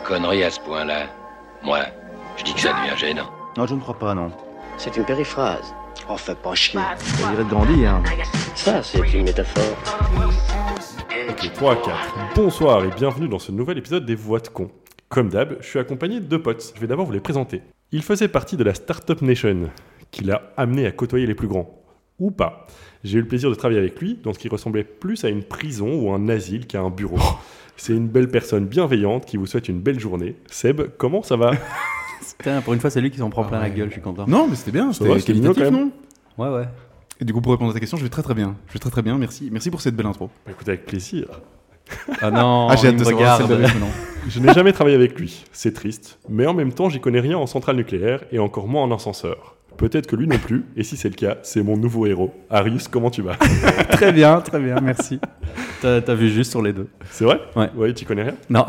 conneries à ce point-là, moi, je dis que ça devient gênant. Non, je ne crois pas, non. C'est une périphrase. Oh, fais pas chier. On dirait de grandir. Ça, c'est une métaphore. Ok, 3 à 4. Bonsoir et bienvenue dans ce nouvel épisode des Voix de Con. Comme d'hab, je suis accompagné de deux potes. Je vais d'abord vous les présenter. Il faisait partie de la Startup Nation, qui l'a amené à côtoyer les plus grands. Ou pas. J'ai eu le plaisir de travailler avec lui, dans ce qui ressemblait plus à une prison ou un asile qu'à un bureau. C'est une belle personne bienveillante qui vous souhaite une belle journée. Seb, comment ça va ? Putain, pour une fois, c'est lui qui s'en prend plein la gueule, je suis content. Non, mais c'était bien, c'était va, c'était qualitatif, mignon, quand non ? Ouais, ouais. Et du coup, pour répondre à ta question, je vais très bien. Merci. Merci pour cette belle intro. Bah, écoutez, avec plaisir. Ah non, J'ai hâte il de me savoir celle regarde. d'Arius maintenant. Je n'ai jamais travaillé avec lui, c'est triste. Mais en même temps, j'y connais rien en centrale nucléaire et encore moins en ascenseur. Peut-être que lui non plus, et si c'est le cas, c'est mon nouveau héros. Arius, comment tu vas ? Très bien, merci. T'as vu juste sur les deux. C'est vrai ? Ouais. Ouais, tu connais rien ? Non.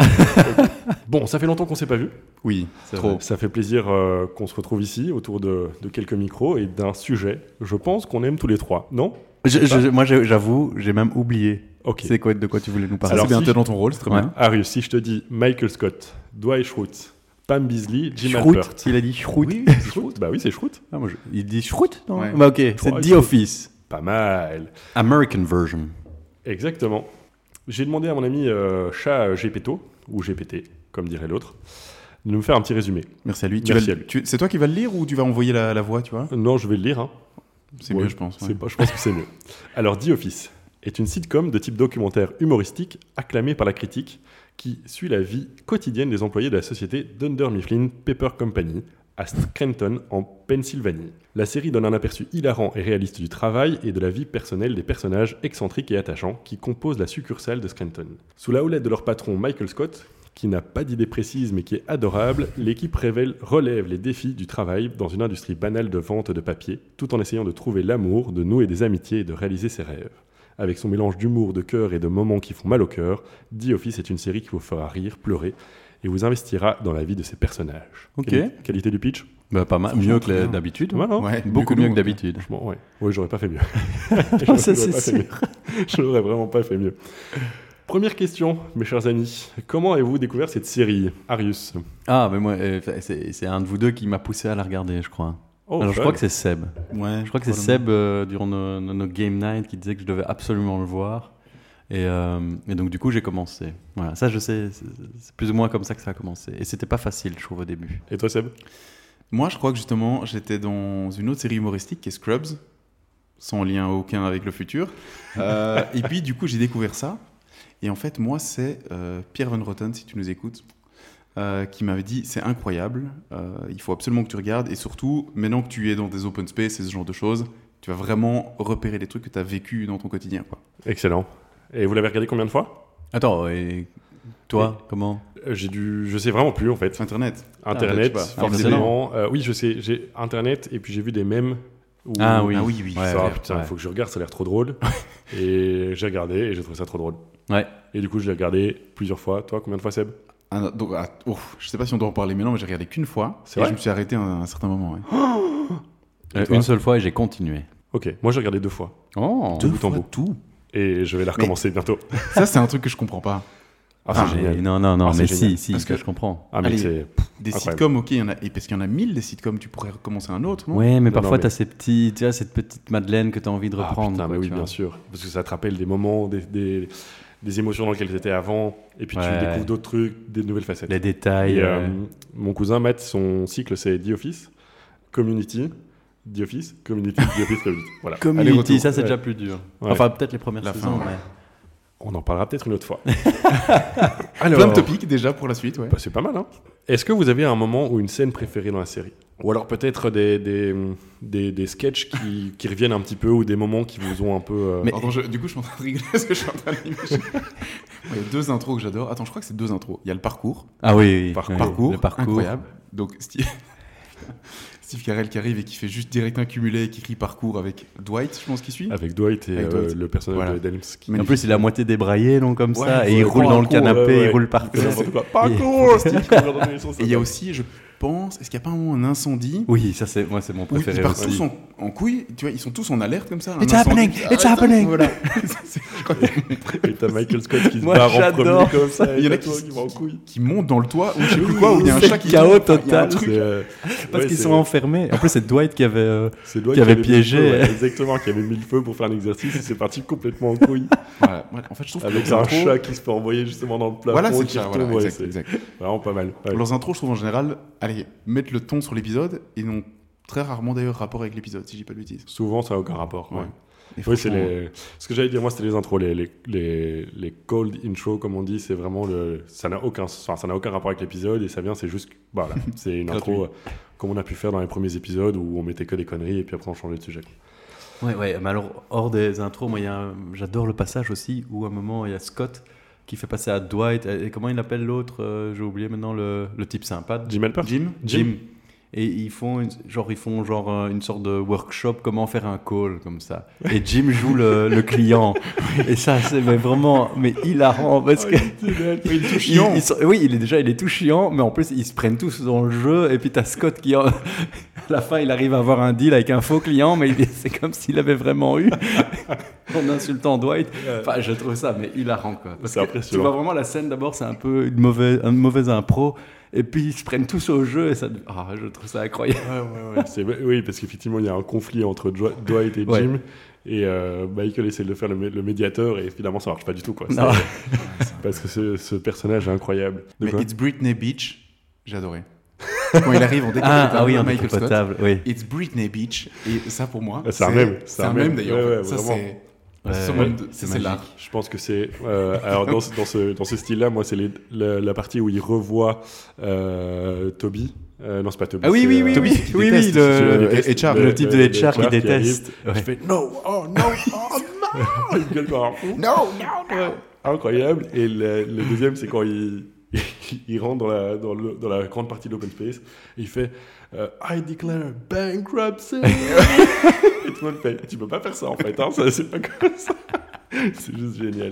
Bon, ça fait longtemps qu'on s'est pas vu. Oui, trop. Ça fait plaisir qu'on se retrouve ici autour de quelques micros et d'un sujet, je pense qu'on aime tous les trois, non ? Moi, j'avoue, j'ai même oublié. Ok. C'est quoi, de quoi tu voulais nous parler. Alors, C'est bien, si t'es dans ton rôle, c'est très bien. Arius, si je te dis Michael Scott, Dwight Schrute, Pam Beesly, Jim Schrout, Halpert. il a dit Schrout. Oui, c'est Schrute. Bah oui, c'est Schrute. Ah, moi, il dit Schrout, non Ouais. Bah ok, c'est crois The que- Office. Pas mal. American version. Exactement. J'ai demandé à mon ami Chat Gepetto, ou GPT, comme dirait l'autre, de nous faire un petit résumé. Merci à lui. Merci à lui. C'est toi qui vas le lire ou tu vas envoyer la voix, tu vois ? Non, je vais le lire. Hein. C'est Ouais, mieux, je pense. ouais. Je pense que c'est mieux. Alors, The Office est une sitcom de type documentaire humoristique acclamée par la critique qui suit la vie quotidienne des employés de la société Dunder Mifflin Paper Company à Scranton, en Pennsylvanie. La série donne un aperçu hilarant et réaliste du travail et de la vie personnelle des personnages excentriques et attachants qui composent la succursale de Scranton. Sous la houlette de leur patron Michael Scott, qui n'a pas d'idée précise mais qui est adorable, l'équipe relève les défis du travail dans une industrie banale de vente de papier, tout en essayant de trouver l'amour, de nouer des amitiés et de réaliser ses rêves. Avec son mélange d'humour, de cœur et de moments qui font mal au cœur, The Office est une série qui vous fera rire, pleurer et vous investira dans la vie de ses personnages. Ok. Qualité du pitch ? Bah pas mal, Franchement, mieux très que bien. d'habitude. Ouais, non ? Ouais, Beaucoup que mieux nous, que en tout cas. d'habitude. Franchement, ouais. Ouais, j'aurais pas fait mieux. Ça, J'aurais c'est pas fait mieux. Je n'aurais vraiment pas fait mieux. Première question, mes chers amis. Comment avez-vous découvert cette série, Arius ? Ah, mais moi, c'est un de vous deux qui m'a poussé à la regarder, je crois. Oh, Alors, je fun. crois que c'est Seb. Ouais, Je crois que c'est Seb, durant nos Game Night, qui disait que je devais absolument le voir. Et donc, du coup, j'ai commencé. Voilà, ça, je sais, c'est plus ou moins comme ça que ça a commencé. Et c'était pas facile, je trouve, au début. Et toi, Seb ? Moi, je crois que justement, j'étais dans une autre série humoristique qui est Scrubs, sans lien aucun avec le futur. Et puis, du coup, j'ai découvert ça. Et en fait, moi, c'est Pierre Van Rotten, si tu nous écoutes, qui m'avait dit c'est incroyable, il faut absolument que tu regardes. Et surtout, maintenant que tu es dans des open space et ce genre de choses, tu vas vraiment repérer les trucs que tu as vécu dans ton quotidien, quoi. Excellent. Et vous l'avez regardé combien de fois ? Attends, et toi, comment Je sais vraiment plus en fait. Sur Internet. Internet, je sais pas. forcément. Oui, je sais. J'ai Internet et puis j'ai vu des mèmes. Où... Ah oui. Ah oui, oui. Ouais, Ça, ouais, putain, il ouais. faut que je regarde, ça a l'air trop drôle. Et j'ai regardé et j'ai trouvé ça trop drôle. Ouais. Et du coup, je l'ai regardé plusieurs fois. Toi, combien de fois, Seb ? Donc, je sais pas si on doit en parler maintenant, mais j'ai regardé qu'une fois. C'est Et vrai je me suis arrêté à un certain moment. Ouais. Et toi Une seule fois et j'ai continué. Ok, moi j'ai regardé 2 fois. Oh, De bout en bout. tout. Et je vais la recommencer bientôt. Ça, c'est un truc que je comprends pas. Ah, Ah, c'est génial. Non, Ah, c'est mais génial. si, Parce que que- je comprends. Ah, mais Allez. c'est. Des Incroyable. sitcoms, ok, il y en a, et parce qu'il y en a 1000 des sitcoms, tu pourrais recommencer un autre, non ? Ouais, mais Non, parfois mais- t'as ces petits, tu vois, cette petite Madeleine que t'as envie de Ah, reprendre. putain, quoi, mais oui, tu vois. bien sûr. Parce que ça te rappelle des moments, des émotions dans lesquelles tu étais avant. Et puis tu Ouais. découvres d'autres trucs, des nouvelles facettes. Les détails. Et mon cousin Matt, son cycle, c'est The Office, Community, The Office, Community, The Office, Community. Voilà. Community, Aller-retour. ça c'est Ouais. déjà plus dur. Ouais. Enfin, peut-être les premières La saisons, fin, mais... On en parlera peut-être une autre fois. Plein de topics déjà pour la suite, ouais. Bah, c'est pas mal, hein. Est-ce que vous avez un moment ou une scène préférée dans la série ? Ou alors peut-être des sketchs qui reviennent un petit peu ou des moments qui vous ont un peu... Mais- Attends, du coup, je suis en train de rigoler parce que je suis en train d'imaginer. Il y a 2 intros que j'adore. Attends, je crois que c'est 2 intros. Il y a le parcours. Ah oui, Parcours. le parcours. Incroyable. Donc, Steve Carell qui arrive et qui fait juste direct un cumulé et qui crie parcours avec Dwight, je pense, qui suit. Avec Dwight et Avec Dwight. le personnage Voilà. de Delms. Qui... En plus, il est à moitié débraillé, donc comme Ouais, ça, et ouais, il roule prend dans un le coup, canapé, ouais, il ouais. roule par Il fait terre. n'importe quoi. Parcours, Steve Carell dans les sens, Et il y a aussi, pense, est-ce qu'il n'y a pas un moment un incendie Oui, ça c'est mon où ils préféré partent aussi. tous en couille, tu vois, ils sont tous en alerte comme ça. un It's incendie. happening, it's happening. Voilà. Je crois que Et t'as Michael Scott qui se Moi, barre en j'adore premier comme ça. Il y en a qui vont en couille. qui montent dans le toit ou je sais plus quoi, où il y a un C'est chat qui chaos tombe, enfin, il y a un total. truc. Parce Ouais, qu'ils c'est- sont enfermés. En plus, c'est Dwight qui avait. C'est Dwight qui avait mis le piégé. feu, ouais, exactement, qui avait mis le feu pour faire un exercice et c'est parti complètement en couille. Voilà. En fait, je trouve que Avec leurs un intros- chat qui se fait envoyer justement dans le plafond. Voilà, c'est qui ça, retombe, voilà, ouais, exact, c'est exact. vraiment pas mal. Ouais. Leurs intros, je trouve en général, allez, mettre le ton sur l'épisode et n'ont très rarement d'ailleurs rapport avec l'épisode, si je dis pas de bêtises. Souvent, ça n'a aucun rapport. Ouais. Ouais. Et Oui, c'est franchement, ce que j'allais dire, moi, c'était les intros, les cold intro, comme on dit, c'est vraiment ça n'a aucun rapport avec l'épisode et ça vient, c'est juste, voilà, c'est une intro comme on a pu faire dans les premiers épisodes où on mettait que des conneries et puis après on changeait de sujet. Ouais, mais alors, hors des intros, moi, j'adore le passage aussi où à un moment, il y a Scott qui fait passer à Dwight. Et comment il appelle l'autre j'ai oublié maintenant, le type sympa. Jim Halpert. Jim. Et ils font une sorte de workshop, comment faire un call, comme ça. Et Jim joue le client. Et ça, c'est vraiment hilarant, parce que... il est tout chiant. Oui, il est tout chiant, mais en plus, ils se prennent tous dans le jeu. Et puis, t'as Scott qui, à la fin, il arrive à avoir un deal avec un faux client, mais c'est comme s'il avait vraiment eu, en insultant Dwight. Enfin, je trouve ça hilarant, quoi. Parce C'est que impressionnant. tu vois vraiment la scène, d'abord, c'est un peu une mauvaise impro. Et puis ils se prennent tous au jeu et ça... je trouve ça incroyable. Oui, parce qu'effectivement, il y a un conflit entre Dwight et Jim. Ouais. Et Michael essaie de faire le médiateur et finalement ça marche pas du tout quoi. Non. Parce que ce personnage est incroyable. De Mais quoi It's Britney Beach, j'ai adoré. Quand il arrive en décapotable, Oui, en Michael Scott. décapotable, oui. It's Britney Beach, et ça pour moi, Ah, c'est un mème. C'est un mème d'ailleurs. Ouais, ouais, ça vraiment. c'est l'art. Je pense que c'est alors dans ce style-là, moi c'est la partie où il revoit Toby. Non, c'est pas Toby. Ah oui, c'est, oui, oui, Toby, oui, qui oui, déteste, oui, le le type de HR qui arrive, déteste. qui Ouais. fait no, oh no, oh no, il gueule comme un fou. Non, Ouais, incroyable. Et le deuxième, c'est quand il rentre dans la grande partie de l'open space. Et il fait I declare bankruptcy. Et tout le monde fait tu peux pas faire ça en fait, hein, ça, c'est pas comme ça. C'est juste génial.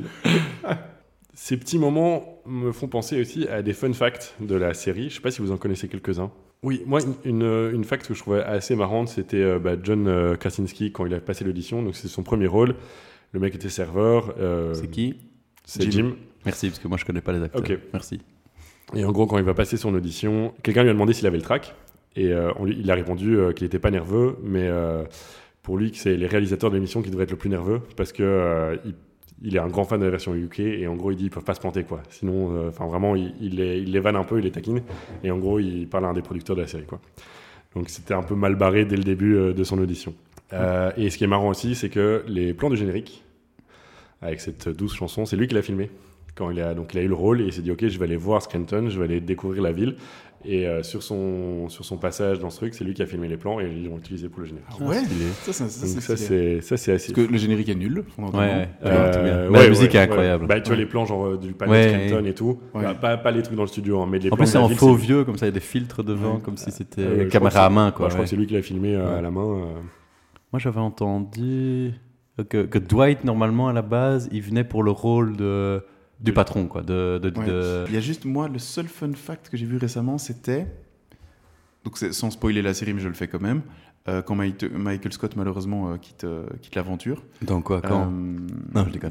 Ces petits moments me font penser aussi à des fun facts de la série. Je sais pas si vous en connaissez quelques-uns. Oui, moi, une fact que je trouvais assez marrante, c'était John Krasinski quand il a passé l'audition. Donc, c'est son premier rôle. Le mec était serveur. C'est qui? C'est Jim. Merci, parce que moi je connais pas les acteurs. Ok. Merci. Et en gros, quand il va passer son audition, quelqu'un lui a demandé s'il avait le trac. Et il a répondu qu'il n'était pas nerveux, mais pour lui, que c'est les réalisateurs de l'émission qui devraient être le plus nerveux, parce que il est un grand fan de la version UK, et en gros, il dit ils peuvent pas se planter, quoi. Sinon, vraiment, il les vanne un peu, il les taquine, et en gros, il parle à un des producteurs de la série, quoi. Donc, c'était un peu mal barré dès le début de son audition. Et ce qui est marrant aussi, c'est que les plans du générique, avec cette douce chanson, c'est lui qui l'a filmé. Quand il a eu le rôle et il s'est dit ok, je vais aller voir Scranton, je vais aller découvrir la ville, et sur son passage dans ce truc, c'est lui qui a filmé les plans et ils l'ont utilisé pour le générique. Ah ouais, stylé. Donc ça stylé. c'est assez. Parce que le générique est nul. Ouais. Euh, Mais la musique est incroyable. Bah, tu vois les plans genre du panneau Ouais. de Scranton et tout, Ouais. bah, pas les trucs dans le studio, hein, mais les En plans plus, de c'est la en ville, faux vieux, comme ça, il y a des filtres devant, Ouais. comme si c'était je crois caméra que à main, c'est- quoi. je crois que c'est lui qui l'a filmé à la main. Moi, j'avais entendu que Dwight, normalement, à la base, il venait pour le rôle du patron, quoi. Ouais. Il y a juste moi, le seul fun fact que j'ai vu récemment, c'était, donc c'est sans spoiler la série, mais je le fais quand même, quand Michael Scott malheureusement quitte l'aventure. Donc quoi, quand Non, je déconne.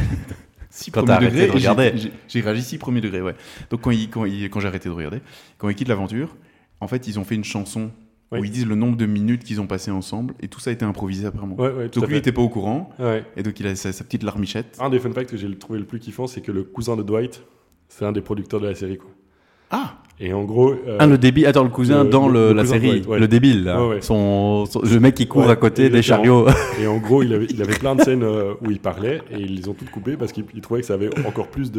Si, Quand premier t'as arrêté degré, de regarder. j'ai réagi si premier degré, ouais. Donc quand j'ai arrêté de regarder, quand il quitte l'aventure, en fait ils ont fait une chanson Oui. où ils disent le nombre de minutes qu'ils ont passé ensemble, et tout ça a été improvisé apparemment. Ouais, tout Donc à lui fait. n'était pas au courant, Ouais. et donc il a sa petite larmichette. Un des fun facts que j'ai trouvé le plus kiffant, c'est que le cousin de Dwight, c'est un des producteurs de la série, quoi. Ah, Et en gros, le débile. Attends, le cousin le- dans le la cousin de série. Dwight, ouais. Le débile, là. Ouais, ouais. Le mec qui court Ouais, à côté des exactement. chariots. Et en gros, il avait plein de scènes où il parlait et ils les ont toutes coupées parce qu'ils trouvaient que ça avait encore plus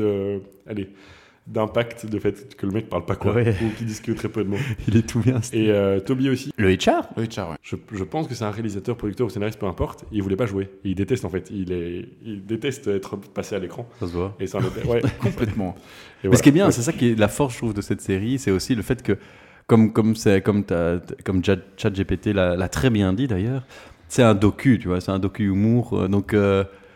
d'impact de fait que le mec parle pas quoi, Ouais. ou qu'il dise que très peu de mots. Il est tout bien. Et Toby aussi, Le HR le HR, ouais. je pense que c'est un réalisateur, producteur ou scénariste, peu importe, il voulait pas jouer. Et il déteste en fait, il déteste être passé à l'écran. Ça se voit. Et c'est un ouais. Complètement. Et Mais ce qui est bien, Ouais. c'est ça qui est la force, je trouve, de cette série, c'est aussi le fait que, comme ChatGPT l'a très bien dit d'ailleurs, c'est un docu, tu vois, c'est un docu humour. Donc,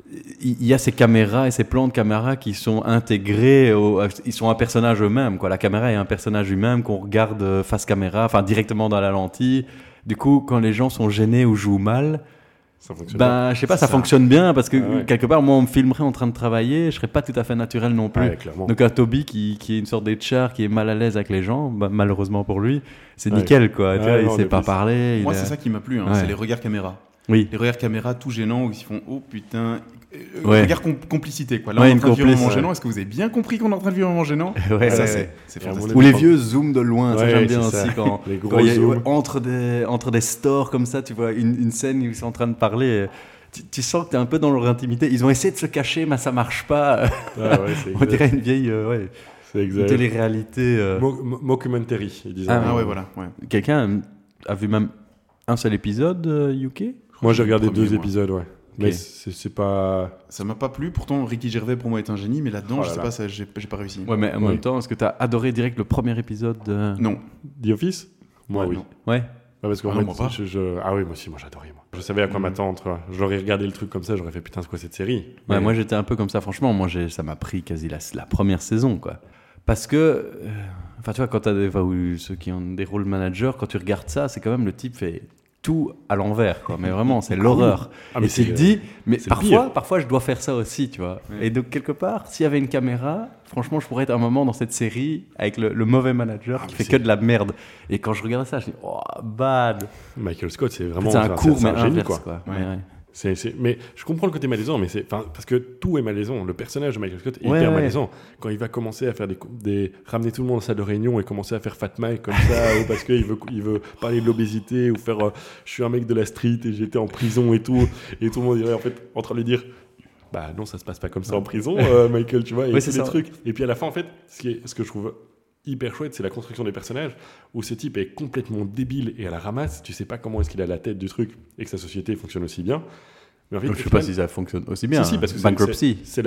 il y a ces caméras et ces plans de caméra qui sont intégrés, ils sont un personnage eux-mêmes, quoi. La caméra est un personnage humain qu'on regarde face caméra, enfin directement dans la lentille. Du coup, quand les gens sont gênés ou jouent mal, Ça fonctionne bien. je sais pas, ça fonctionne bien parce que Ah ouais. quelque part, moi, on me filmerait en train de travailler, je serais pas tout à fait naturel non plus. Ouais, clairement. Donc un Toby qui est une sorte d'HR, qui est mal à l'aise avec les gens, malheureusement pour lui, c'est Ouais. nickel, quoi. Tu vois, il non, sait de pas plus. parler. Moi, c'est ça qui m'a plu, hein, Ouais. c'est les regards caméra. Oui. Les regards caméra tout gênants où ils font oh putain. Ouais. Regard complicité, quoi. Là, Ouais, on est en une train de vivre un moment complice, gênant. Est-ce que vous avez bien compris qu'on est en train de vivre un moment gênant Ouais, Ça, ouais, c'est ouais. c'est Et à mon fantastique. Ou les vieux zooms de loin, ça Ouais, j'aime bien c'est ça. aussi quand, Les gros quand il y a- zooms. entre des stores comme ça, tu vois une scène où ils sont en train de parler, tu sens que tu es un peu dans leur intimité. Ils ont essayé de se cacher, mais ça marche pas. Ah ouais, c'est On dirait une vieille C'est une exact. télé-réalité. Mockumentary, ils disaient. Ah, Ah ouais, voilà. Ouais. Quelqu'un a vu même un seul épisode UK? Moi, j'ai regardé Le premier, 2 moi. épisodes, ouais. Mais c'est pas... Ça m'a pas plu. Pourtant, Ricky Gervais pour moi est un génie, mais là-dedans, Oh je là sais là. pas, ça, j'ai pas réussi. Ouais, mais en Oui. même temps, est-ce que tu as adoré direct le premier épisode Non. The Office Moi, Ouais, oui. non. Ouais. Ouais, parce qu'en Ah fait, non, moi pas. Ah oui, moi aussi, moi j'adorais. Moi. Je savais à quoi m'attendre. Tu vois. J'aurais regardé le truc comme ça, j'aurais fait putain, c'est quoi cette série Ouais, Mais- moi j'étais un peu comme ça, franchement. Moi, ça m'a pris quasi la première saison, quoi. Parce que, enfin, tu vois, quand t'as ceux qui ont des rôles managers, quand tu regardes ça, c'est quand même le type fait tout à l'envers, quoi. Mais vraiment, c'est l'horreur. Ah, mais et tu te c'est- dis, mais c'est le pire. parfois, je dois faire ça aussi, tu vois. Et donc, quelque part, s'il y avait une caméra, franchement, je pourrais être un moment dans cette série avec le mauvais manager qui mais fait c'est- que de la merde. Et quand je regardais ça, je dis, oh, bad. Michael Scott, c'est vraiment C'est un cours, mais c'est un génie, inverse, quoi. Ouais. Mais ouais. Mais je comprends le côté malaisant, mais parce que tout est malaisant. Le personnage de Michael Scott est Ouais, hyper ouais. malaisant. Quand il va commencer à faire ramener tout le monde à la salle de réunion et commencer à faire Fat Mike comme ça, ou parce qu'il veut parler de l'obésité, ou faire je suis un mec de la street et j'étais en prison et tout le monde dirait en fait en train de lui dire bah non, ça se passe pas comme ça en prison, Michael, tu vois, et Ouais, tous c'est les ça. trucs. Et puis à la fin, en fait, ce que je trouve hyper chouette, c'est la construction des personnages, où ce type est complètement débile et à la ramasse, tu sais pas comment est-ce qu'il a la tête du truc et que sa société fonctionne aussi bien. Mais en fait, Je au sais final, pas si ça fonctionne aussi bien. si, parce que Bankruptcy. c'est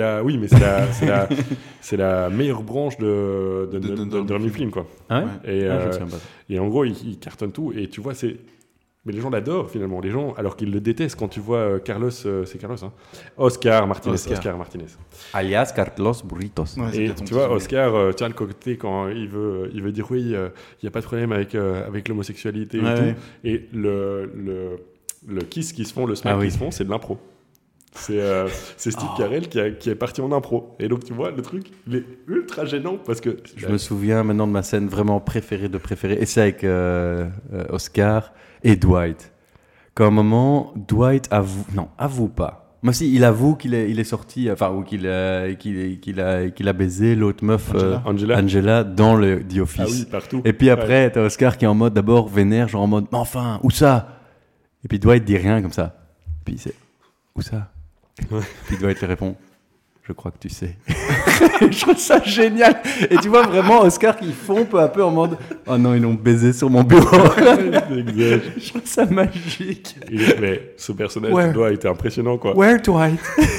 la meilleure branche de Dunder Mifflin, quoi. Ah ouais, Et, Ah, je me souviens pas. et en gros, il cartonne tout. Et tu vois, mais les gens l'adorent finalement. Les gens, alors qu'ils le détestent quand tu vois Carlos, c'est Carlos, hein Oscar Martinez. Oscar Martinez. Alias Carlos Burritos. Ouais, c'est Et peut-être son tu vois, petit Oscar, tu as le côté quand il veut dire oui, il n'y a pas de problème avec l'homosexualité et Ouais, tout. ouais. Et le kiss qui se font, le smack Ah oui. qui se font, c'est de l'impro. C'est Steve Carell qui est parti en impro. Et donc, tu vois, le truc, il est ultra gênant parce que. Je me souviens maintenant de ma scène vraiment préférée de préférée. Et c'est avec Oscar et Dwight. Qu'à un moment, Dwight avoue pas. Moi aussi, il avoue qu'il est sorti, enfin, ou qu'il a baisé l'autre meuf, Angela, dans le The Office. Ah oui, partout. Et puis après, t'as Oscar qui est en mode d'abord vénère, genre en mode, mais enfin, où ça? Et puis Dwight dit rien comme ça. Puis c'est, où ça? Puis Dwight lui répond, je crois que tu sais. Je trouve ça génial. Et tu vois vraiment Oscar qui fond peu à peu en mode, oh non, ils l'ont baisé sur mon bureau. Exact. Je trouve ça magique. Mais ce personnage, Ouais. tu dois être impressionnant, quoi. Where Dwight?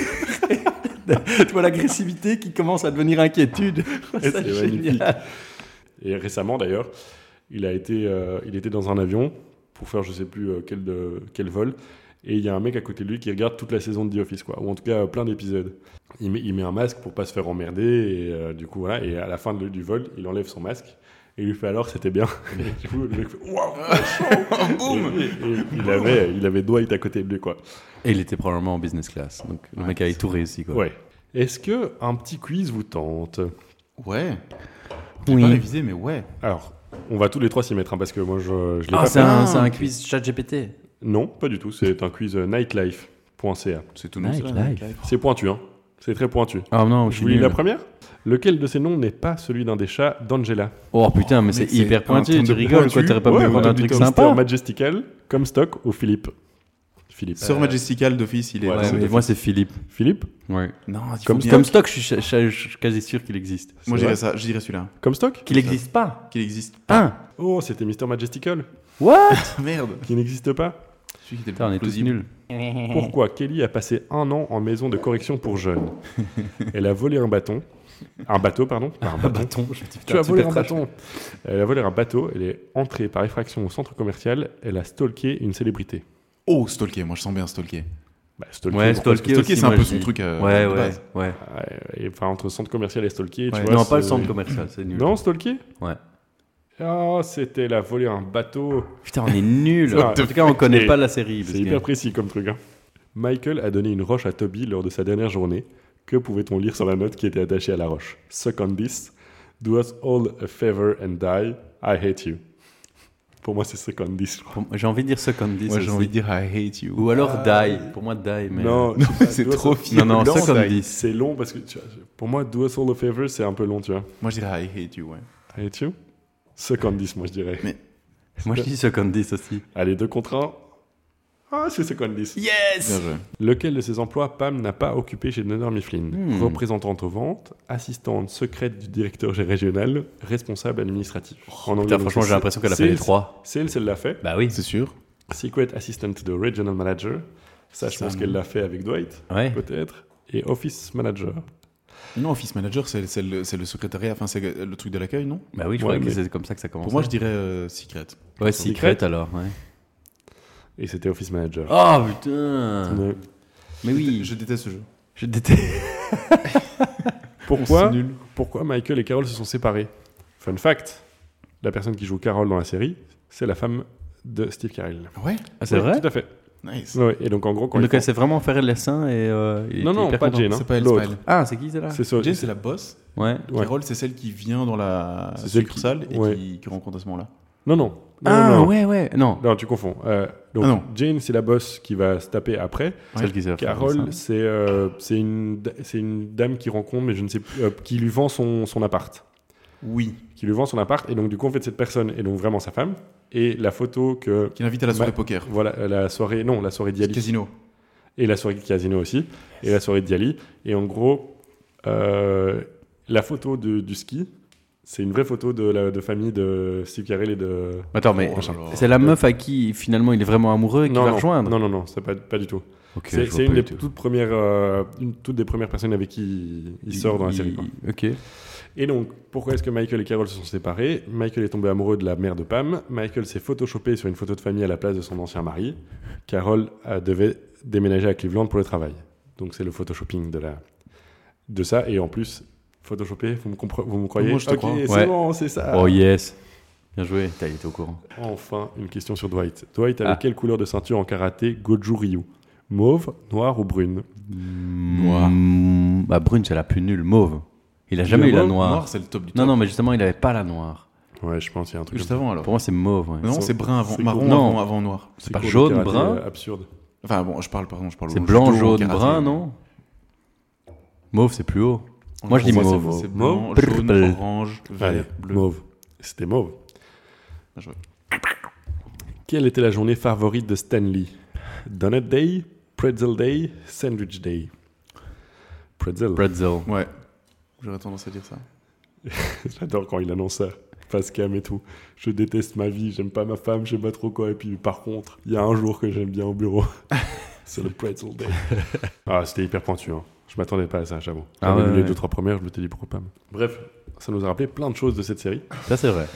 Tu vois l'agressivité qui commence à devenir inquiétude. Je trouve ça C'est magnifique. génial. Et récemment, d'ailleurs, il était dans un avion pour faire je sais plus quel vol. Et il y a un mec à côté de lui qui regarde toute la saison de The Office, quoi, ou en tout cas plein d'épisodes. Il met un masque pour pas se faire emmerder, et du coup, voilà. Et à la fin du vol, il enlève son masque. Et il lui fait alors, c'était bien. Et du coup, le mec fait waouh, boum. Et il avait Dwight à côté de lui, quoi. Et il était probablement en business class. Donc le mec avait tout réussi, quoi. Ouais. Est-ce que un petit quiz vous tente? Ouais. J'ai Oui. pas révisé, mais ouais. Alors, on va tous les trois s'y mettre, hein, parce que moi, je l'ai Ah, pas c'est fait. un quiz ChatGPT. Non, pas du tout. C'est un quiz nightlife.ca. C'est tout nouveau. Nightlife. C'est pointu, hein. C'est très pointu. Ah non, Je vous lis la première. Lequel de ces noms n'est pas celui d'un des chats d'Angela? Oh putain, mais c'est c'est hyper un pointu. truc Tu de rigoles, quoi. pointu. T'aurais pas pu prendre un truc Mister sympa. Majestical, Comstock ou Philippe? Philippe. Sœur Majestical d'office, il est. Ouais, Ouais, c'est mais d'office. moi, c'est Philippe. Philippe? Ouais. Non, il faut Comme bien- Comme stock, je suis quasi sûr qu'il existe. Moi, C'est je dirais vrai ça. Je dirais celui-là. Comstock? Qu'il n'existe pas. Qu'il existe. Ah, Oh, c'était Mister Majestical, what? Merde. qui n'existe pas. Celui qui était Putain, on le est plus tous plausible. nuls. Pourquoi Kelly a passé 1 an en maison de correction pour jeunes? Elle a volé un bateau, pardon. Pas un bâton. Tu as volé un bâton. Elle a volé un bateau, elle est entrée par effraction au centre commercial, elle a stalké une célébrité. Oh, stalker. Moi, je sens bien stalker. Bah, Stalker. Ouais, pourquoi Stalker. Stalker, aussi, c'est un moi, peu je son dis. truc Ouais, de ouais, base. ouais. Et, enfin, entre centre commercial et Stalker, tu Ouais. vois. Non, pas le c'est- centre commercial, c'est nul. Non, Stalker. Ouais. Ah, c'était la volée un bateau. Putain, on est nuls. What En the tout cas, on connaît fuck. pas la série. C'est parce que- hyper précis comme truc. Hein. Michael a donné une roche à Toby lors de sa dernière journée. Que pouvait-on lire sur la note qui était attachée à la roche? Suck on this. Do us all a favor and die. I hate you. Pour moi, c'est suck on this. je crois. J'ai envie de dire Secondis. Moi, j'ai envie de dire I hate you. Ou alors Die. Pour moi, Die. Mais... Non, c'est do us trop all- vieux. Non, Lance, Secondis. C'est long parce que pour moi, do us all a favor, c'est un peu long, tu vois. Moi, je dirais I hate you, ouais. I hate you. Suck on this, moi, je dirais. Mais- Moi, je dis Secondis aussi. Allez, 2 contre 1. Ah, c'est suck on this. Yes. Bien joué. Lequel de ces emplois Pam n'a pas occupé chez Dunder Mifflin? Représentante aux ventes, assistante secrète du directeur régional, responsable administratif. En anglais, Putain, donc, franchement, c'est- j'ai l'impression qu'elle a fait sales- les 3. Sales, elle l'a fait. Bah oui. C'est sûr. Secret assistant to the regional manager. Ça, je Ça, pense non. qu'elle l'a fait avec Dwight, Ouais. peut-être. Et office manager. Non, Office Manager, c'est le secrétariat, enfin, c'est le truc de l'accueil, non? Bah oui, je Ouais, crois que mais- c'est comme ça que ça commence. Pour moi, je dirais Secret. Ouais, Secret. Secret alors. Ouais. Et c'était office manager. Oh putain. Ouais. Mais oui. Je déteste ce jeu. Je déteste. Pourquoi, C'est nul. pourquoi Michael et Carol se sont séparés? Fun fact, la personne qui joue Carol dans la série, c'est la femme de Steve Carell. Ouais. Ah, c'est Oui, vrai? Tout à fait. Nice. Ouais, et donc en gros, quand Donc ils elle sait vraiment faire le dessin et. il Non, était non, hyper pas content. Jane. Hein. C'est pas elle, L'autre. c'est pas elle. Ah, c'est qui c'est là? C'est ça. Jane, c'est la boss. Ouais. Ouais. Carole, c'est celle qui vient dans la C'est celle qui- succursale et ouais. qui rencontre à ce moment-là. Non, non. Non, Ah, non, non. ouais, ouais. Non. Non, tu confonds. Donc, Ah non. Jane, c'est la boss qui va se taper après. Celle qui sait faire le Carole, dessin. c'est une dame qui rencontre, mais je ne sais plus, qui lui vend son appart. Oui. Qui lui vend son appart, et donc du coup, en fait, cette personne est donc vraiment sa femme. Et la photo que. Qui l'invite à la soirée Ma- poker. Voilà, la soirée Diali. Casino. Et la soirée de casino aussi. Et la soirée de Diali. Et en gros, la photo du ski, c'est une vraie photo de famille de Steve Carell et de. Attends, mais Oh là là. c'est la meuf à qui finalement il est vraiment amoureux et qui va non, rejoindre. non, non, non, c'est pas du tout. Ok, C'est je vois une pas des du tout. toutes des premières personnes avec qui il sort dans la série. quoi. Ok. Et donc, pourquoi est-ce que Michael et Carol se sont séparés? Michael est tombé amoureux de la mère de Pam. Michael s'est photoshopé sur une photo de famille à la place de son ancien mari. Carol devait déménager à Cleveland pour le travail. Donc, c'est le photoshopping de ça. Et en plus, photoshopé, vous me croyez? Moi, je te Ok, crois. c'est Ouais. bon, c'est ça. Oh yes. Bien joué. T'as été au courant. Enfin, une question sur Dwight. Dwight avait Ah. quelle couleur de ceinture en karaté Goju Ryu? Mauve, noire ou brune? Noir. Bah brune c'est la plus nulle. Mauve. Il a jamais eu la noire. Noir, c'est le top du top. Non non mais justement il avait pas la noire. Ouais, je pense qu'il y a un truc Juste comme ça. avant alors. Pour moi c'est mauve. Ouais. Non, c'est brun avant, c'est marron cool. Non. avant noir. C'est pas cours de jaune, karaté, brun absurde. Enfin bon, je parle C'est au blanc, judo, au jaune, karaté. brun non? Mauve c'est plus haut. Moi je dis Pour moi, mauve. C'est blanc, Mauve. jaune, Purple. orange, Allez, vert, bleu. mauve. C'était mauve. Bien joué. Quelle était la journée favorite de Stanley? Donut Day, Pretzel Day, Sandwich Day. Pretzel. Pretzel. Ouais. J'aurais tendance à dire ça. J'adore quand il annonce ça. Face cam et tout. Je déteste ma vie, j'aime pas ma femme, je sais pas trop quoi. Et puis par contre, il y a un jour que j'aime bien au bureau. C'est le Pretzel Day. Ah, c'était hyper pointu. Hein. Je m'attendais pas à ça, j'avoue. Ah J'avais ouais, vu les ouais. 2-3 premières, je m'étais dit pourquoi pas. Bref, ça nous a rappelé plein de choses de cette série. Ça c'est vrai.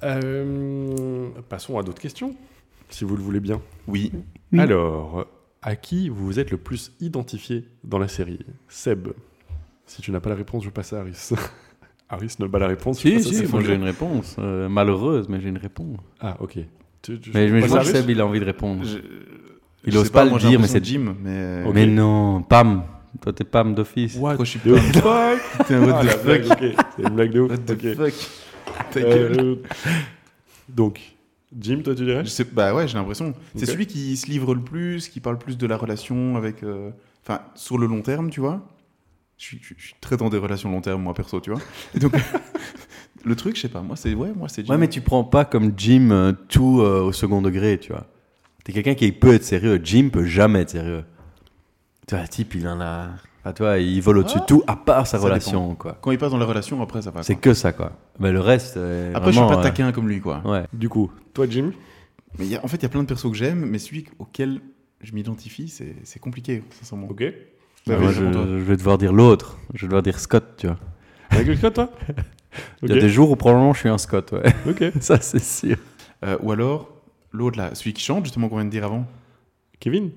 Passons à d'autres questions, si vous le voulez bien. Oui. Alors, à qui vous vous êtes le plus identifié dans la série? Seb. Si tu n'as pas la réponse, je passe à Harris. Harris n'a pas la réponse. je Si passe à si Seb. moi j'ai une réponse. Malheureuse mais j'ai une réponse. Ah, ok. Mais je passes à vois que Harris Seb il a envie de répondre. Je Il sais ose pas le moi, j'ai dire mais l'impression c'est de Jim, mais Ok. Mais non, Pam. Toi t'es Pam d'office. What Pourquoi je suis the pas- fuck? T'es un what Ah, the la fuck. blague, ok. C'est une blague de ouf. What the Ok. fuck. Ta gueule. Donc, Jim, toi tu dirais? Bah ouais, j'ai l'impression. C'est Ok. celui qui se livre le plus, qui parle plus de la relation avec. Enfin, sur le long terme, tu vois. Je suis très dans des relations long terme, moi perso, tu vois. Et donc, le truc, je sais pas, moi c'est Jim. Ouais, mais tu prends pas comme Jim tout au second degré, tu vois. T'es quelqu'un qui peut être sérieux. Jim peut jamais être sérieux. Tu vois, le type, il en a. Enfin, tu vois, il vole au-dessus de tout, à part sa Ça relation, quoi. Quand il passe dans la relation, après ça va. C'est quoi. que ça, quoi. Mais le reste. Après, je suis vraiment, pas taquin comme lui, quoi. Ouais. Du coup, toi Jim? Mais en fait, il y a plein de persos que j'aime, mais celui auquel je m'identifie, c'est compliqué, sincèrement. Ok. Bah, Moi, vas-y, je, demande-toi. je vais devoir dire l'autre. Je vais devoir dire Scott, tu vois. Michael Scott, toi? Il y a des jours où probablement je suis un Scott, ouais. Ok. Ça, c'est sûr. Ou alors, l'autre là, celui qui chante, justement, qu'on vient de dire avant. Kevin?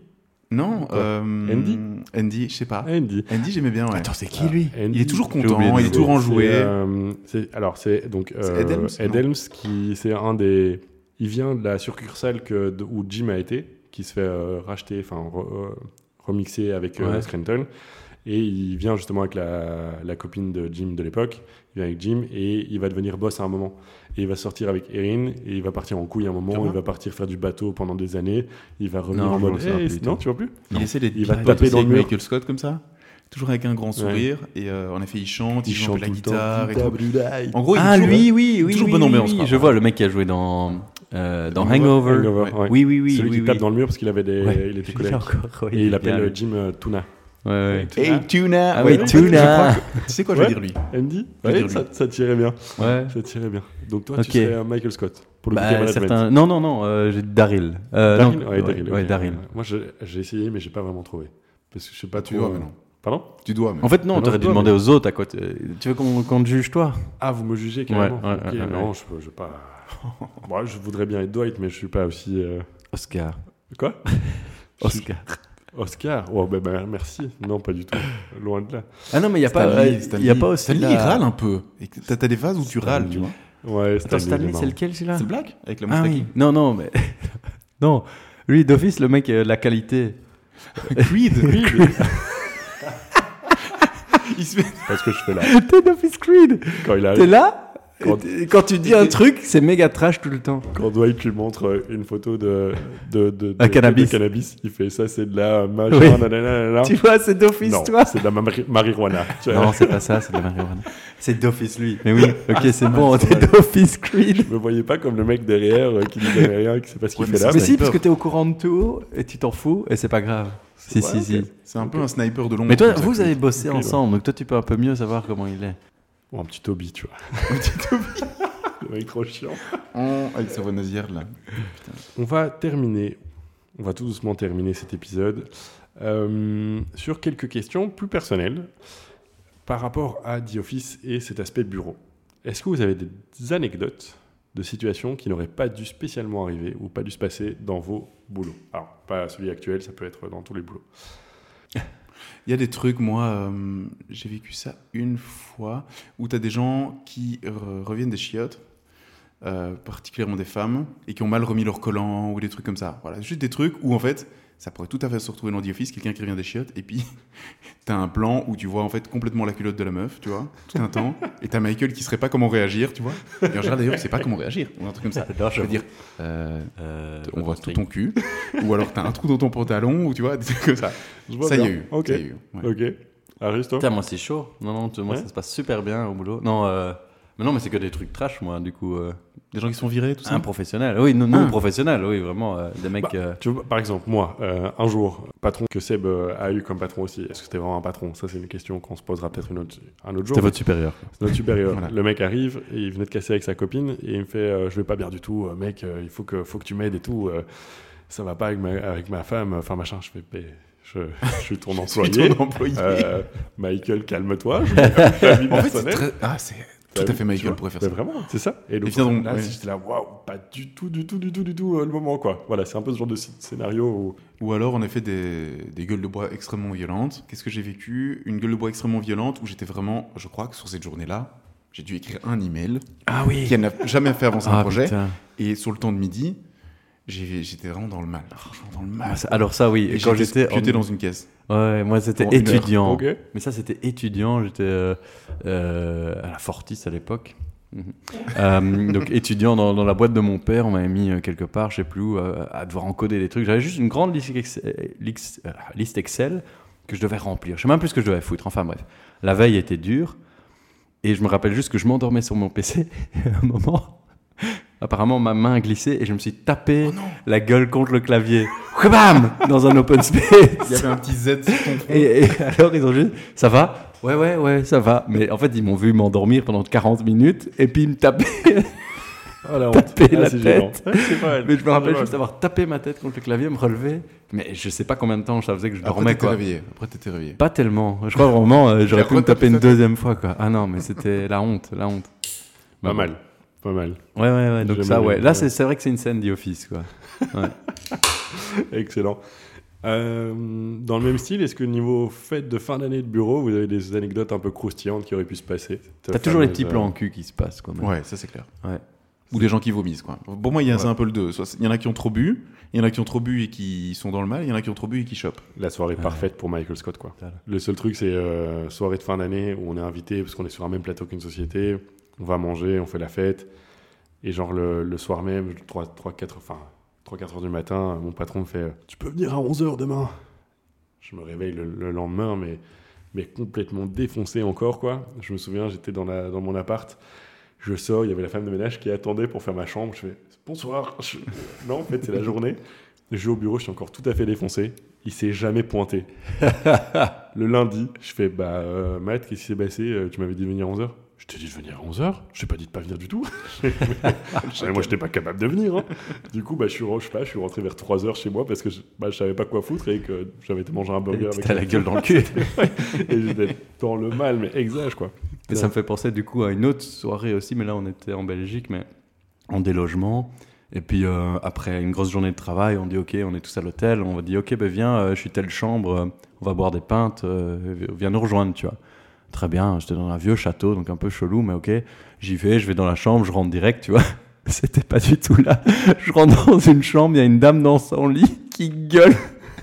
Non, Andy Andy, je sais pas. Andy. Andy, j'aimais bien, ouais. Attends, c'est qui lui? Andy, Il est toujours J'ai oublié content, de il est toujours enjoué. C'est donc C'est Ed Helms, Ed non Helms qui c'est un des. Il vient de la succursale où Jim a été, qui se fait racheter, enfin remixer avec Ouais. Scranton. Et il vient justement avec la copine de Jim de l'époque. Il vient avec Jim et il va devenir boss à un moment. Et il va sortir avec Erin et il va partir en couille à un moment. Comment Il va partir faire du bateau pendant des années. Il va revenir Non, en je mode m'en souviens hey, plus du non, tout. tu vois plus. Il essaie d'être Il va bien taper dans le avec mur. Michael Scott comme ça. Toujours avec un grand sourire. Et en effet, il chante, il joue un peu de la tout le temps, guitare et Putain, tout. brûlaille. En gros, il Ah, est toujours, oui, toujours oui, bonne ambiance, oui, quoi. je vois le mec qui a joué dans Hangover. Hangover, Ouais. ouais. Oui, oui, oui. Celui oui, qui oui. tape dans le mur parce qu'il avait des, Ouais. il était Il colérique. encore, ouais, Et il bien, appelle lui. Jim Tuna. Ouais, Hey, Tuna. Ah oui, Ouais, Tuna. Tu sais quoi, je vais Ouais. dire lui. Andy Je vais ouais, dire lui. ça tirait bien. ouais. Ça tirait bien. Donc toi, Ok. tu serais Michael Scott pour le côté Bah, management. certains... Non, j'ai Daryl. Daryl, non, ouais, Daryl. ouais, ok. Daryl. Moi, j'ai essayé, mais j'ai pas vraiment trouvé. Parce que je sais pas Tu trop. dois maintenant. Pardon Tu dois, mais. En fait, non, Non, t'aurais je dû dois, demander aux autres à quoi. Tu veux qu'on te juge, toi? Ah, vous me jugez carrément. Ouais, Ok, ouais, non, ouais. je pas. Moi, je voudrais bien être Dwight, mais je suis pas aussi. Oscar. Quoi Oscar. Oscar. Oh, ben merci. Non, pas du tout. Loin de là. Ah non, mais il n'y a pas, y a pas aussi. Stanley, la- il râle un peu. Et t'as des phases où tu râles, tu vois. Ouais, Attends, Stanley, il est c'est lequel celui-là? C'est le black avec la Ah moustache. oui. Non, mais. Non. Lui, d'office, le mec, la qualité. Creed. Il se fait. C'est pas ce que je fais là. T'es d'office Creed. Quand il T'es arrive, là? Quand- Quand tu dis un truc, c'est méga trash tout le temps. quand Dwight lui montre une photo de Un cannabis. de cannabis, il fait ça, c'est de la Oui. machin, nanana. Tu vois, c'est d'office, Non, toi. c'est de la marijuana. Tu vois. Non, c'est pas ça, c'est de la marijuana. C'est d'office, lui. Mais oui, ok, c'est mal, bon, c'est t'es mal. d'office Creed. Je me voyais pas comme le mec derrière qui ne connaît rien, qui sait pas ce qu'il Ouais, fait mais là. Mais c'est si, sniper. parce que t'es au courant de tout et tu t'en fous et c'est pas grave. Si, Ouais, si, ok. si. C'est un peu un sniper de long. Mais toi, comme ça, vous Creed. avez bossé Ok, ensemble, donc toi, tu peux un peu mieux savoir comment il est. Ou un petit Toby, tu vois. Le mec trop chiant. Avec sa voix nasillarde, là. On va tout doucement terminer cet épisode sur quelques questions plus personnelles par rapport à The Office et cet aspect bureau. Est-ce que vous avez des anecdotes de situations qui n'auraient pas dû spécialement arriver ou pas dû se passer dans vos boulots? Alors, pas celui actuel, ça peut être dans tous les boulots. Il y a des trucs, moi, j'ai vécu ça une fois, où tu as des gens qui reviennent des chiottes, particulièrement des femmes, et qui ont mal remis leur collant ou des trucs comme ça. Voilà, juste des trucs où, en fait, ça pourrait tout à fait se retrouver dans The Office, quelqu'un qui revient des chiottes, et puis tu as un plan où tu vois en fait complètement la culotte de la meuf, tu vois, tout un temps, et tu as Michael qui ne saurait pas comment réagir, tu vois. Et en général, d'ailleurs, il ne sait pas comment réagir, ou un truc comme ça. Je veux dire, on voit tout ton cul, ou alors tu as un trou dans ton pantalon, ou tu vois, des trucs comme ça. Je vois Ça y a bien. eu. Ok. Ça y a eu, ouais. Ok. Aris, toi? Putain, moi, c'est chaud. Non, moi, Ouais. ça se passe super bien au boulot. Non, mais non, mais c'est que des trucs trash, moi, du coup. Des gens qui sont virés, tout ça. Un professionnel. Oui, non Ah. professionnel, oui, vraiment. Des mecs. Bah, tu vois, par exemple, moi, un jour, patron que Seb a eu comme patron aussi, est-ce que c'était vraiment un patron? Ça, c'est une question qu'on se posera peut-être un autre jour. C'était votre supérieur. C'est notre supérieur. Voilà. Le mec arrive et il venait de casser avec sa copine et il me fait je vais pas bien du tout, mec, il faut que tu m'aides et tout. Ça va pas avec ma femme, enfin machin. Je fais je suis ton employé. ton employé. Michael, calme-toi. Je vais faire ta vie En fait, c'est personnelle. très... Ah, c'est tout à fait Tu Michael vois, pourrait faire mais ça. vraiment, c'est ça. Et donc, finalement, là, ouais. j'étais là, waouh, pas du tout le moment, quoi. Voilà, c'est un peu ce genre de scénario où. Ou alors, on a fait des gueules de bois extrêmement violentes. Qu'est-ce que j'ai vécu? Une gueule de bois extrêmement violente où j'étais vraiment... Je crois que sur cette journée-là, j'ai dû écrire un email Ah oui. qui n'a jamais fait avancer un projet. Putain. Et sur le temps de midi, j'étais vraiment dans le mal. Franchement, dans le mal. Alors, ça, oui. Et Quand j'étais j'étais. pieuté dans une caisse. Ouais, moi, c'était Pendant une heure. étudiant. Ok. Mais ça, c'était étudiant. J'étais à la Fortis à l'époque. Donc étudiant dans la boîte de mon père, on m'avait mis quelque part, je sais plus où, à devoir encoder des trucs. J'avais juste une grande liste Excel que je devais remplir. Je sais même plus ce que je devais foutre. Enfin bref, la veille était dure et je me rappelle juste que je m'endormais sur mon PC. Et à un moment, apparemment ma main a glissé et je me suis tapé la gueule contre le clavier. Bam, dans un open space. Il y avait un petit Z sur ton front. Et alors ils ont juste, ça va? Ouais, ça va. Mais en fait, ils m'ont vu m'endormir pendant 40 minutes et puis ils me tapaient, Oh, la honte. taper la c'est gênant. tête. Ouais, c'est pas mal. Mais je me rappelle C'est pas juste mal. avoir tapé ma tête contre le clavier, me relever. Mais je sais pas combien de temps ça faisait que je Après, dormais, t'étais quoi. réveillé. Après, t'étais réveillé. Pas tellement. Je crois vraiment, j'aurais pu me retapé taper une sa tête. deuxième fois, quoi. Ah non, mais c'était la honte. Pas mal. Pas mal. Ouais. Donc J'aime ça, bien. ouais. Là, c'est vrai que c'est une scène The Office, quoi. Ouais. Excellent. Dans le même style, est-ce que niveau fête de fin d'année de bureau, vous avez des anecdotes un peu croustillantes qui auraient pu se passer? T'as toujours les petits plans en cul qui se passent, quand même. Ouais, ça c'est clair. Ouais. Ou des gens qui vomissent, quoi. Pour moi, c'est un peu le deux. Il y en a qui ont trop bu, il y en a qui ont trop bu et qui sont dans le mal, il y en a qui ont trop bu et qui chopent. La soirée parfaite pour Michael Scott, quoi. Voilà. Le seul truc, c'est soirée de fin d'année où on est invité parce qu'on est sur un même plateau qu'une société. On va manger, on fait la fête. Et genre le soir même, 3-4 heures du matin, mon patron me fait « Tu peux venir à 11h demain ?» Je me réveille le lendemain, mais complètement défoncé encore, quoi. Je me souviens, j'étais dans mon appart. Je sors, il y avait la femme de ménage qui attendait pour faire ma chambre. Je fais « Bonsoir !» Non, en fait, c'est la journée. Je vais au bureau, je suis encore tout à fait défoncé. Il s'est jamais pointé. Le lundi, je fais « Matt, qu'est-ce qui s'est passé? Tu m'avais dit de venir à 11h ?» Je t'ai dit de venir à 11h. Je t'ai pas dit de pas venir du tout. Moi, je n'étais pas capable de venir. Hein. Du coup, je suis rentré vers 3h chez moi parce que je savais pas quoi foutre et que j'avais été manger un burger avec T'as la gueule dans le cul. Et j'étais dans le mal, mais exage, quoi. Et ça me fait penser du coup à une autre soirée aussi, mais là on était en Belgique, mais en délogement. Et puis après une grosse journée de travail, on dit ok, on est tous à l'hôtel, on va dire ok, viens, je suis telle chambre, on va boire des pintes, viens nous rejoindre, tu vois. Très bien, j'étais dans un vieux château, donc un peu chelou, mais ok, j'y vais, je vais dans la chambre, je rentre direct, tu vois. C'était pas du tout là. Je rentre dans une chambre, il y a une dame dans son lit qui gueule.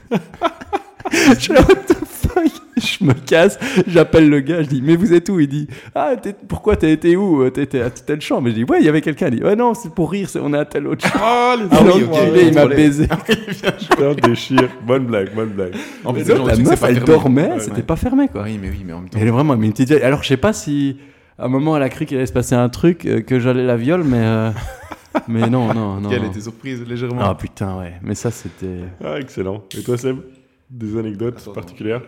Je suis là, what the fuck? Je me casse, j'appelle le gars, je dis mais vous êtes où? Il dit pourquoi t'as été où? T'étais à telle chambre? Et je dis ouais, il y avait quelqu'un. Il dit ouais non, c'est pour rire, on est à telle autre chambre. Il m'a baisé. Putain, déchire. Bonne blague. En Mais fait, la meuf, elle dormait, c'était pas fermé quoi. Oui, mais en même temps. Elle est vraiment une petite vieille. Alors je sais pas si à un moment elle a cru qu'il allait se passer un truc, que j'allais la viole, mais non. Elle était surprise légèrement. Ah putain ouais, mais ça c'était. Ah, excellent. Et toi, Seb? Des anecdotes particulières?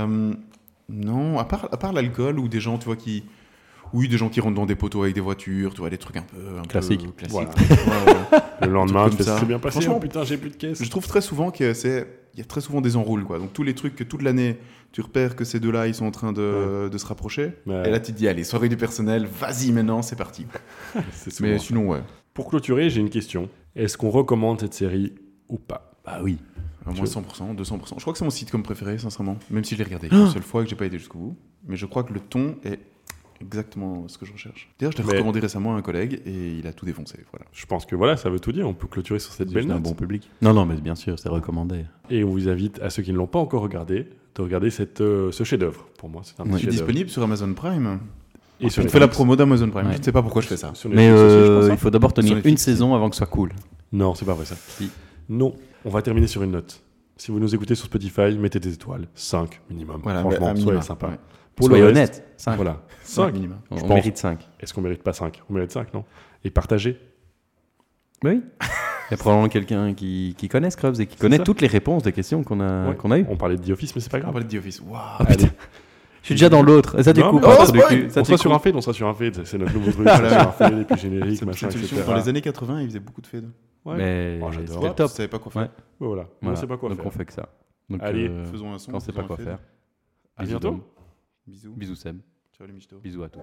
Non, à part l'alcool ou des gens, tu vois, des gens qui rentrent dans des poteaux avec des voitures, tu vois, des trucs un peu Classique. Voilà. Ouais. Le lendemain, comme ça. c'est bien passé. Franchement, Putain, j'ai plus de caisse. Je trouve très souvent il y a très souvent des enroules, quoi. Donc tous les trucs que toute l'année, tu repères que ces deux-là, ils sont en train de se rapprocher. Ouais. Et là, tu te dis, allez, soirée du personnel, vas-y maintenant, c'est parti. C'est souvent Mais ça. sinon, ouais. Pour clôturer, j'ai une question. Est-ce qu'on recommande cette série ou pas? Bah oui. À moins 100%, 200%. Je crois que c'est mon sitcom préféré, sincèrement. Même si je l'ai regardé une seule fois et que j'ai pas été jusqu'au bout. Mais je crois que le ton est exactement ce que je recherche. D'ailleurs, je l'ai recommandé récemment à un collègue et il a tout défoncé. Voilà. Je pense que voilà, ça veut tout dire. On peut clôturer sur cette belle C'est un note. bon public. Non, mais bien sûr, c'est recommandé. Et on vous invite, à ceux qui ne l'ont pas encore regardé, de regarder ce chef-d'œuvre. Pour moi, c'est un Ouais. Il est chef-d'œuvre. disponible sur Amazon Prime. Et Je sur fais la Netflix. promo d'Amazon Prime. Ouais. Je ne sais pas pourquoi je fais ça. Sur Mais Netflix aussi, je pense, hein. il faut d'abord tenir Sur une Netflix. saison avant que ce soit cool. Non, c'est pas vrai ça. Si. Non, on va terminer sur une note. Si vous nous écoutez sur Spotify, mettez des étoiles. 5 minimum. Voilà, Franchement, un minimum, soyez sympa. ouais. Pour Soyez le reste, honnête. 5. Voilà. 5 5. minimum. On pense. mérite 5. Est-ce qu'on mérite pas 5? On mérite 5, non? Et partagez. Oui. Il y a probablement quelqu'un qui connaît Scrubs et qui connaît ça. toutes les réponses des questions qu'on a eues. On parlait de The Office, mais c'est pas On grave. parlait de The Office. Waouh. Allez. Je suis déjà dans l'autre. Ça, tu Non, coupes. mais pas, oh, ça, tu spoil. coupes. Ça, On tu sera sur coupes. un fade, on sera sur un fade. C'est notre nouveau truc. On sera sur un fade, et puis générique, machin, C'est une etc. solution. Dans les années 80, il faisait beaucoup de fades. Ouais. Mais Oh, j'adore. c'était top. Je savais pas quoi faire. Ouais. Voilà. On Voilà. sait pas quoi Donc faire. on fait que ça. Donc, Allez, Faisons un son. quand on sait faisons pas quoi un fade. faire. À Bisous, bientôt. Dom. Bisous. Bisous Seb. Ciao les michtos. Bisous à tous.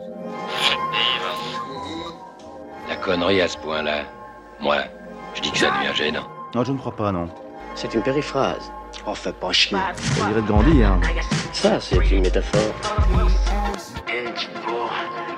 La connerie à ce point-là, moi, je dis que ça devient gênant. Non, je ne crois pas, non. C'est une périphrase. Oh, fais pas chier. Ça dirait de grandir, hein. Ça, c'est une métaphore.